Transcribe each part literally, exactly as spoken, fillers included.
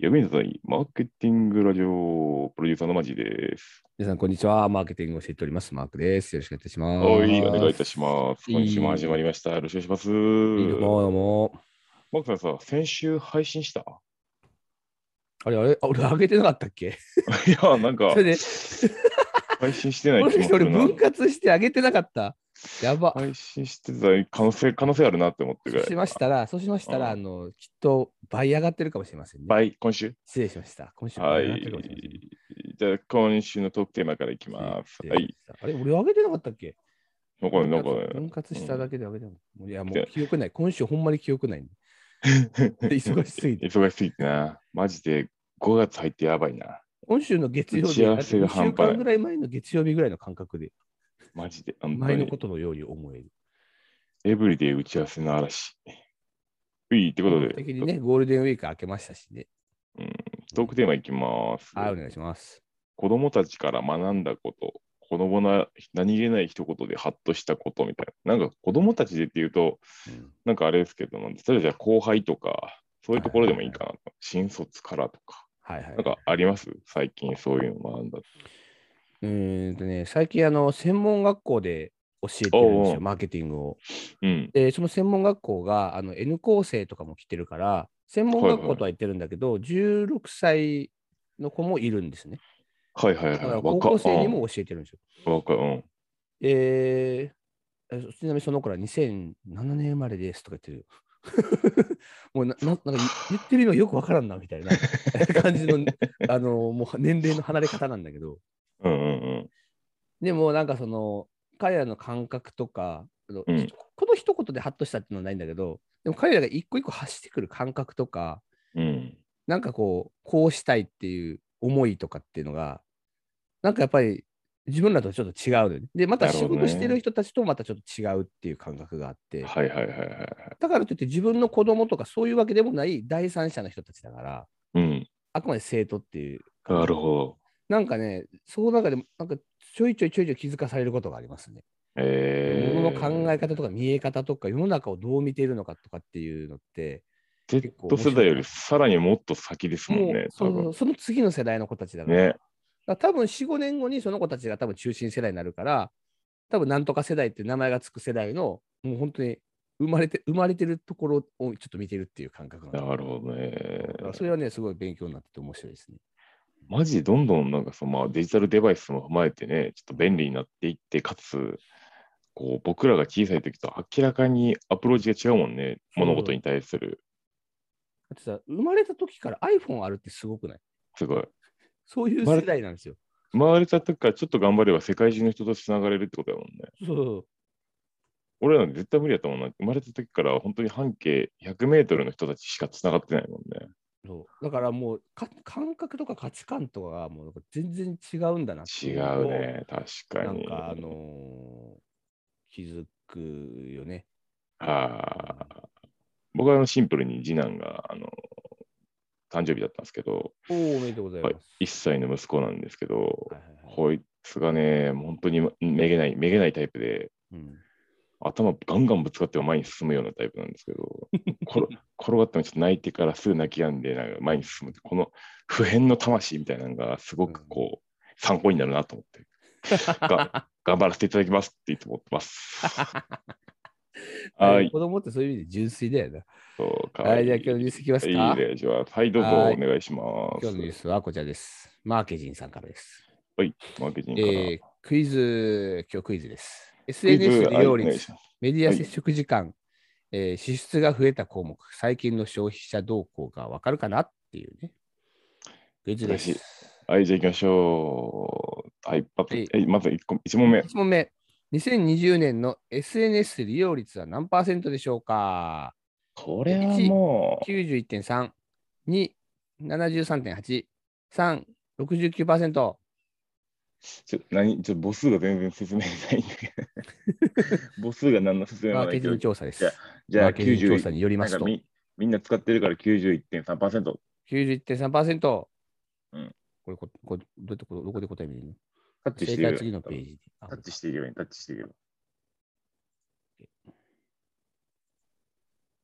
役に立たないマーケティングラジオプロデューサーのマジです。 皆さん、こんにちは。マーケティングを教えております。マークです。よろしくお願いいたしはい、お願ます。 いいたします。今週も始まいい、 りました。よろしくお願いします。 いいどうも、どうも。 マークさんさ、先週配信した？ あれ、あれ、あ俺、あげてなかったっけ？ いや、なんか、 それで、 配信してない気もしかして俺、 もするな。 分割してあげてなかった。やば。 配信してた可能性、可能性あるなって思ってるそうしぐらいかましたら、そうしましたら、 な。うん。 あの、きっと倍上がってるかもしれませんね。 倍、今週失礼しました。今週は倍上がってるかもしれませんね。 い。じゃあ、今週のトークテーマからいき失ます。はい。 礼しました。あれ、俺、あげてなかったっけ？ なんかね、なんか分割、 ね、 分割しただうん。 けであげてなかった。いや、もうで記憶ない。今週、ほんまに記憶ないんで。忙しすぎて。 忙しすぎてな。マジでごがつ入ってやばいな。 今週の月打曜日、だってち合わせが 2週半端ない。 間ぐらい前の月曜日ぐらいの感覚で、 マジで、本当前のに。 ことのように思える。 エブリデイ打ち合わせの嵐。いいってこと本格で、と的にね、ゴールデンウィーク明けましたしね。 うん、 うん、 トークテーマいきます。 はい、お願いします。 子供たちから学んだこと、子供な何気ない一言でハッとしたことみたいな。なんか子供たちでっていうと、 うん、 なんかあれですけども、例えばじゃあ後輩とか、そういうところではいはいはい。 もいいかなと。新卒からとか。 はいはいはい。 なんかあります最近そういうの学んだ。 うーんとね、最近、あの、専門学校で教えてるんですよ、 おうマーケティングを。 おう、うん。 で、その専門学校が、あの、N 構成とかも来てるから、専門はいはい。 学校とは言ってるんだけど、じゅうろくさいの子もいるんですね。 はいはいはい。 だから、高若っ、 校生にも教えてるんですよ。 うん。若っ、うん。 えー、ちなみにその子らにせんななねん生まれですとか言ってるよ。もうな、な、なんか言ってるのよくわからんなみたいな感じの、あの、もう年齢の離れ方なんだけど、 うんうんでもなんかその、彼らの感覚とか、あのうん。うん。 ひとこの一言でハッとしたっていうのはないんだけど、でも彼らが一個一個発してくる感覚とか、 うん。 なんかこう、こうしたいっていう思いとかっていうのが、なんかやっぱり自分らとちょっと違うのよね。で、またなるほど仕事してるね。 人たちとまたちょっと違うっていう感覚があって、 はいはいはいはいはい。 だからといって自分の子供とかそういうわけでもない第三者の人たちだから、 うん。 あくまで生徒っていう感なじで。 るほど。 なんかね、その中でもなんかちょいちょいちょいちょい気づかされることがありますね。ものの考ええ方とか見え方とか世の中をどう見ているのかとかっていうのってー、 結構 Z 世代より面白いな。 さらにもっと先ですもんね、 もうそ多分。 のその次の世代の子たちだから、だね。 から多分よん、ごねんごにその子たちが多分中心世代になるから、多分なんとか世代っていう名前がつく世代の、もう本当に生まれて、生まれてるところをちょっと見てるっていう感覚なんだよね。 なるほどね。 だからそれはね、すごい勉強になってて面白いですね。 マジでどんどんなんかその、まあ、デジタルデバイスも踏まえてね、ちょっと便利になっていって、かつ、こう僕らが小さい時と明らかにアプローチが違うもんね、物事にそう。 対する。 だってさ、生まれた時から iPhone あるってすごくない？ すごい。 そういう世生まれ、 代なんですよ。 生まれた時からちょっと頑張れば世界中の人とつながれるってことだもんね。 そう。 俺ら絶対無理だったもんな。生まれた時から本当に半径ひゃくメートルの人たちしかつながってないもんね。 そうだからもうか感覚とか価値観とかがもう全然違うんだなって違いうのを、 うね。確かなんかあに。 のー気づくよね。うん、 はあ。僕はあのシンプルに次男があの誕生日だったんですけど、 おお、おめでとうございはい、 ます。 いっさいの息子なんですけど、 はいはいはい。 こいつがね、本当にめげない、めげないタイプで、 うん、 頭ガンガンぶつかっては前に進むようなタイプなんですけど、転転がってもちょっと泣いてからすぐ泣き止んでなんか前に進む。この普遍の魂みたいなのがすごうん、 くこう参考になるなと思って、が頑張らせていただきますっていつも思ってます。 まあではい。 も子供ってそういう意味で純粋だよな。 そう、かわいはい、じゃあ今日のニュースいきまい。はい、おすか。 願いします。はい、どうぞはい。 お願いしま今日す。 のニュースはこちらです。マーケジンさんからです。 はい、マーケティングから。 えー、クイズ、今日クイズです。 クイズ、 エスエヌエス 利はい、 用率、 お願いします。 メディア接はい、 触時間、えー支出が増えた項目、最近の消費者動向がわかるかなっていうね、クイズです。 私。はい、じゃあ行きましょう。はい、パッと、 はい、 え、まずいっこ、いち問目。 いち問目。にせんにじゅうねんの エスエヌエス 利用率は何パーセントでしょうか？ これはいち、 もきゅうじゅういってんさん、に、ななじゅうさんてんはち、さん、ろくじゅうきゅうパーセント。 う、ちょ、何、ちょ、母数が全然進めないんだけど、母数が何の進めもないけど、 マーケティング調査でじゃあ、 す。 じゃあマーケティング調査きゅうじゅう、 によりますと、 なんかみ、みんな使ってるからきゅうじゅういってんさんパーセント。 きゅうじゅういってんさんパーセント。 うん。 これこ、これどうやってこどこで答え見るの？ タッチし正解はていけばいい。 次のページで。あ、 タッこれか。 チしていけばいい。タッチしていけば。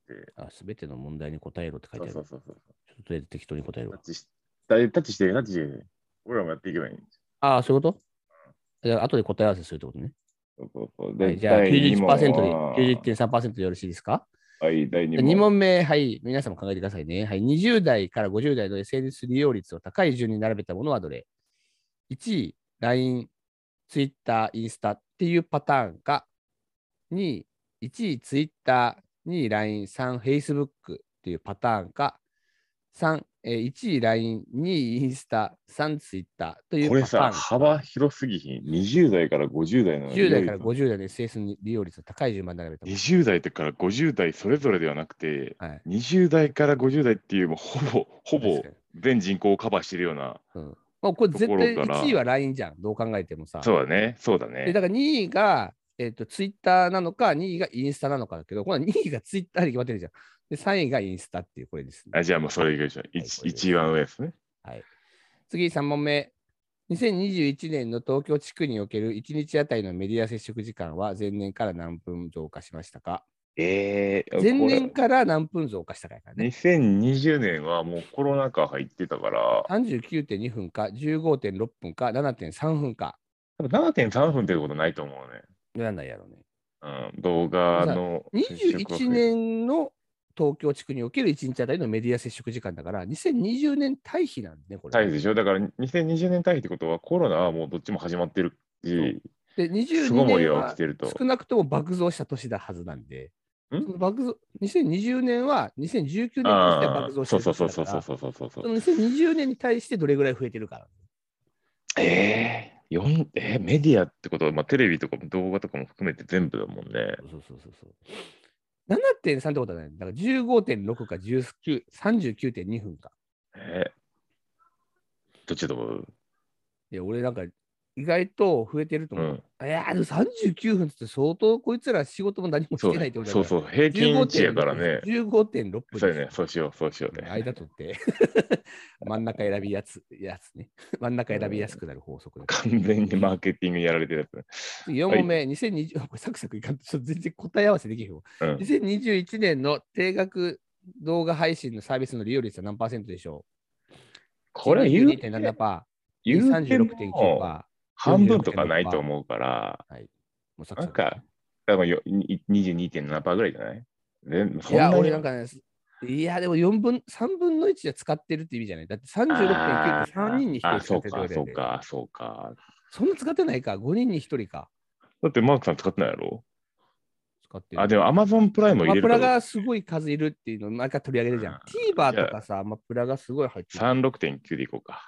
て。 あ、すべての問題に答えろって書いてある。 そうそうそうそう。 ちょっととりあえず適当に答えるわ。 タッチし、タッチして、タッチして、俺らもやっていけばいいんです。 ああ、そういうことじゃあ、後で答え合わせするってことね。 そうそうそう。で、 はい、じゃあだいに問きゅうじゅういちパーセントで、 は、 きゅうじゅういってんさんパーセントでよろしいですか？ はい、だいにに問。 問目、はい、皆さんも考えてくださいね。はい、にじゅう代からごじゅう代の エスエヌエス 利用率を高い順に並べたものはどれ？ いち 位、ライン、Twitter、インスタっていうパターンか、にい、いちい Twitter、にい ライン、さん Facebook っていうパターンか、さん、えーいちい ライン、にいインスタ、さん Twitter というこれさ、 パターンか。 幅広すぎひん。にじゅう代からごじゅう代のじゅう代から利用率。 ごじゅう代の エスエヌエス に利用率の高い順番に並べたもの。 にじゅう代からごじゅう代それぞれではなくて、 はい、 にじゅう代からごじゅう代っていう、もうほぼ、ほぼ確かに。 全人口をカバーしてるようなうん。まあ、これところ絶対からいちいは ライン じゃん。どう考えてもさ。 そうだね、そうだで、だね。 からにいが、えっ、と、ツイッターなのか、にいがインスタなのかだけど、これにいがツイッターに決まってるじゃん。で、さんいがインスタっていう、これですね。 あじゃあもうそれ以外じゃん。 はい、これです一番上ですね。 はい。次、さん問目。にせんにじゅういちねんの東京地区におけるいちにちあたりのメディア接触時間は前年から何分増加しましたか？ ええー、 前これ、 年から何分増加したかやからね。 にせんにじゅうねんはもうコロナ禍入ってたから、 さんじゅうきゅうてんにふんか、じゅうごてんろっぷんか、ななてんさんふんか。 多分ななてんさんふんってことないと思うね。 やらないやろうね。 うん、動画さ、 の接 21 触は増える。 年の東京地区におけるいちにちあたりのメディア接触時間だから、にせんにじゅうねん対比なんね、これね。 対比でしょ。だからにせんにじゅうねん対比ってことはコロナはもうどっちも始まってるそうし、 で、22 巣ごもりは起き年はてると。 少なくとも爆増した年だはずなんで、 んその爆増、にせんにじゅうねんはにせんじゅうきゅうねんに対してはああ、 爆増してるそうそうそう年だから、 そうそうそうそうそう。 そのにせんにじゅうねんに対してどれぐらい増えてるか。 ええー、よんえーメディアってことは、まあ、テレビとかも動画とかも含めて全部だもんね。 そうそうそうそう。ななてんさんってことはない。だからじゅうごてんろくかじゅうきゅう、さんじゅうきゅうてんにふんか。 えー、どっちだと思う？ いや、俺なんか意外と増えてると思う。 うん。 いや、でもさんじゅうきゅうふんって相当こいつら仕事も何もしそう、 てないってことだから、 そうそう、平均値やからじゅうごてんろくでしょ。 ね。 じゅうごてんろっぷんでしょ。 そうやね、そうしよう、そうしよううん、 ね。 間取って真ん中選びやつ、やつね。真ん中選びやすくなる法則だから。 完全にマーケティングやられてるやつ。 次よんはい。 問目、にせんにじゅう、これサクサクいかんと、ちょっと全然答え合わせできへんわ。 うん。 にせんにじゅういちねんの定額動画配信のサービスの利用率は何パーセントでしょう？ これ言うて、 にじゅうにてんななパーセント、に言うても、半分とかないとさんじゅうろくてんきゅうパーセント、 思うから、 はい。もうサクサク。 なんか、多分よににじゅうにてんななパーセントぐらいじゃないでいや、 そんなに。 俺なんかね、いや、でもよんぶん、さんぶんのいちで使ってるって意味じゃない。だってさんじゅうろくてんきゅうってさんにんに1 あーあ、 人使ってるってこそうか、 とやで。 そうか、そうか。 そんな使ってないか、ごにんにひとりか。 だってマークさん使ってないやろ？あ、 使ってる。 でも Amazon プライムアマプラ入れるかどうか。 がすごい数いるっていうのを毎回取り上げるじゃん。 うん、じ TVer ゃあ、 とかさ、アマプラがすごい入ってる。 さんじゅうろくてんきゅうでいこうか。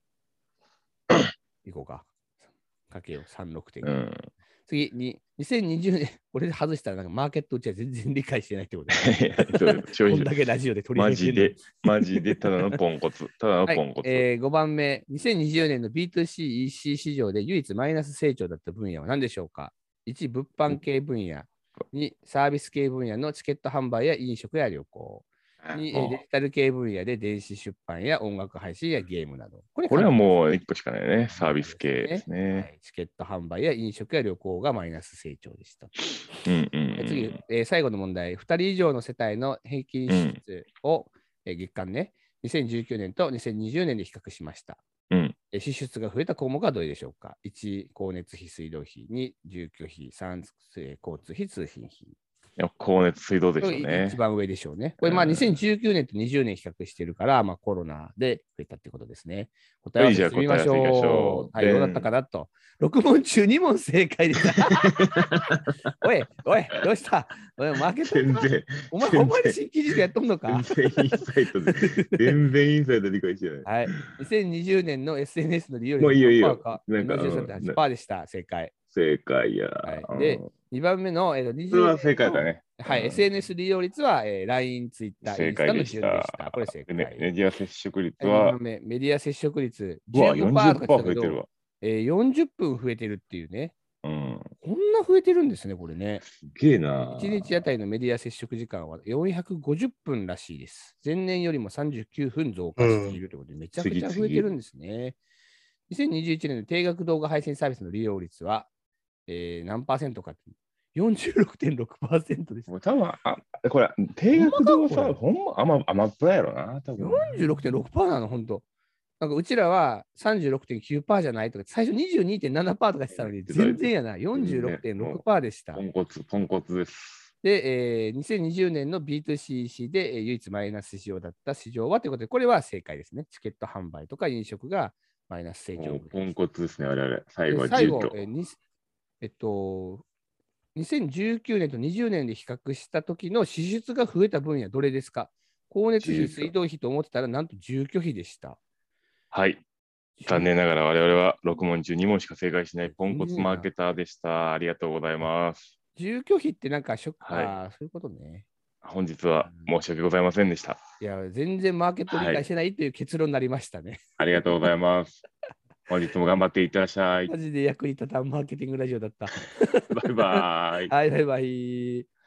いこうか。かけよう、さんじゅうろくてんきゅう。 うん。 次に、にせんにじゅうねん、これで外したらなんかマーケットうちは全然理解してないってこといやそう消費者こんだけラジオで取りマ上げてるのに。 ジで、マジでただのポンコツ。ただのはい、 ポンコツ。 えー、ごばんめ、にせんにじゅうねんの ビーツーシー、イーシー 市場で唯一マイナス成長だった分野は何でしょうか？ いち、物販系分野。に、サービス系分野のチケット販売や飲食や旅行。に、デジタル系分野で電子出版や音楽配信やゲームなど。これこれはもういっこしかないね。サービス系ですはね。 い、チケット販売や飲食や旅行がマイナス成長でした。 うんうんうん、 次、えー、最後の問題。ふたり以上の世帯の平均支出を、うんえー、月間ね、にせんじゅうきゅうねんとにせんにじゅうねんで比較しました。 うん、 支出が増えた項目はどれでしょうか？ いち、光熱費、水道費。に、住居費。さん、交通費、通信費。 いや光熱水道でしょうね。 一番上でしょうね。これ、まあ、にせんじゅうきゅうねんとにじゅうねん比較してるから、まあ、コロナで増えたってことですね。答え合わせしてみましょう。はい、どうだったかなと。ろく問中に問正解でした。おい、おい、どうしたおい、負けた全然。 お前、ほんまに新規塾やっとんのか？ 全然インサイトで。全然インサイト理解してない。 はい。にせんにじゅうねんの エスエヌエス の利用率もういいよいいよ。 かなんか、 ななじゅうさんてんはちパーセントでした。正解。 正解や。 はい、で、にばんめの、えー、とにじゅうそれは正解だね。 はい、エスエヌエス 利用率は、えー、ライン、Twitter、インスタの順でした。これ正解。 ね、メディア接触率にばは、 んめ、メディア接触率うわ、 じゅうごパーセント とか言ってた増えけど、 てるわ。 えー、よんじゅっぷん増えてるっていうね。 うん。 こんな増えてるんですね、これね。 すげえな。 いちにちあたりのメディア接触時間はよんひゃくごじゅっぷんらしいです。前年よりもさんじゅうきゅうふん増加しているということで、うん、めちゃくちゃ増えてるんですね。にせんにじゅういちねんの定額動画配信サービスの利用率は、えー、何パーセントか。 よんじゅうろくてんろくパーセント でした。 もう多分あ、これ、定額堂はさ、 ほほんま、あま、甘っぷらやろな、多分。 よんじゅうろくてんろくパーセント なの、本当。なんかうちらは さんじゅうろくてんきゅうパーセント じゃないとか、最初 にじゅうにてんななパーセント とか言ってたのに、全然やな、よんじゅうろくてんろくパーセント でした。 ポンコツ、ポンコツです。 で、えー、にせんにじゅうねんの ビーツーシー 誌で、えー唯一マイナス市場だった市場はということで、これは正解ですね。チケット販売とか飲食がマイナス成長。 ポンコツですね、我々。最後は最後、 住居。 えーにえっと、にせんじゅうきゅうねんとにじゅうねんで比較した時の支出が増えた分野どれですか？光熱費、水道費と思ってたら、なんと住居費でした。 はい。残念ながら我々はろく問中に問しか正解しないポンコツマーケターでした。ありがとうございます。 住居費ってなんかショック、 はい、 ああ、そういうことね。 本日は申し訳ございませんでした。 いや、全然マーケット理解してないという結論になりましたね。はい、 ありがとうございます。本日も頑張っていってらっしゃい。 マジで役に立たんマーケティングラジオだった。 バイバイ。 はい、バイバイ。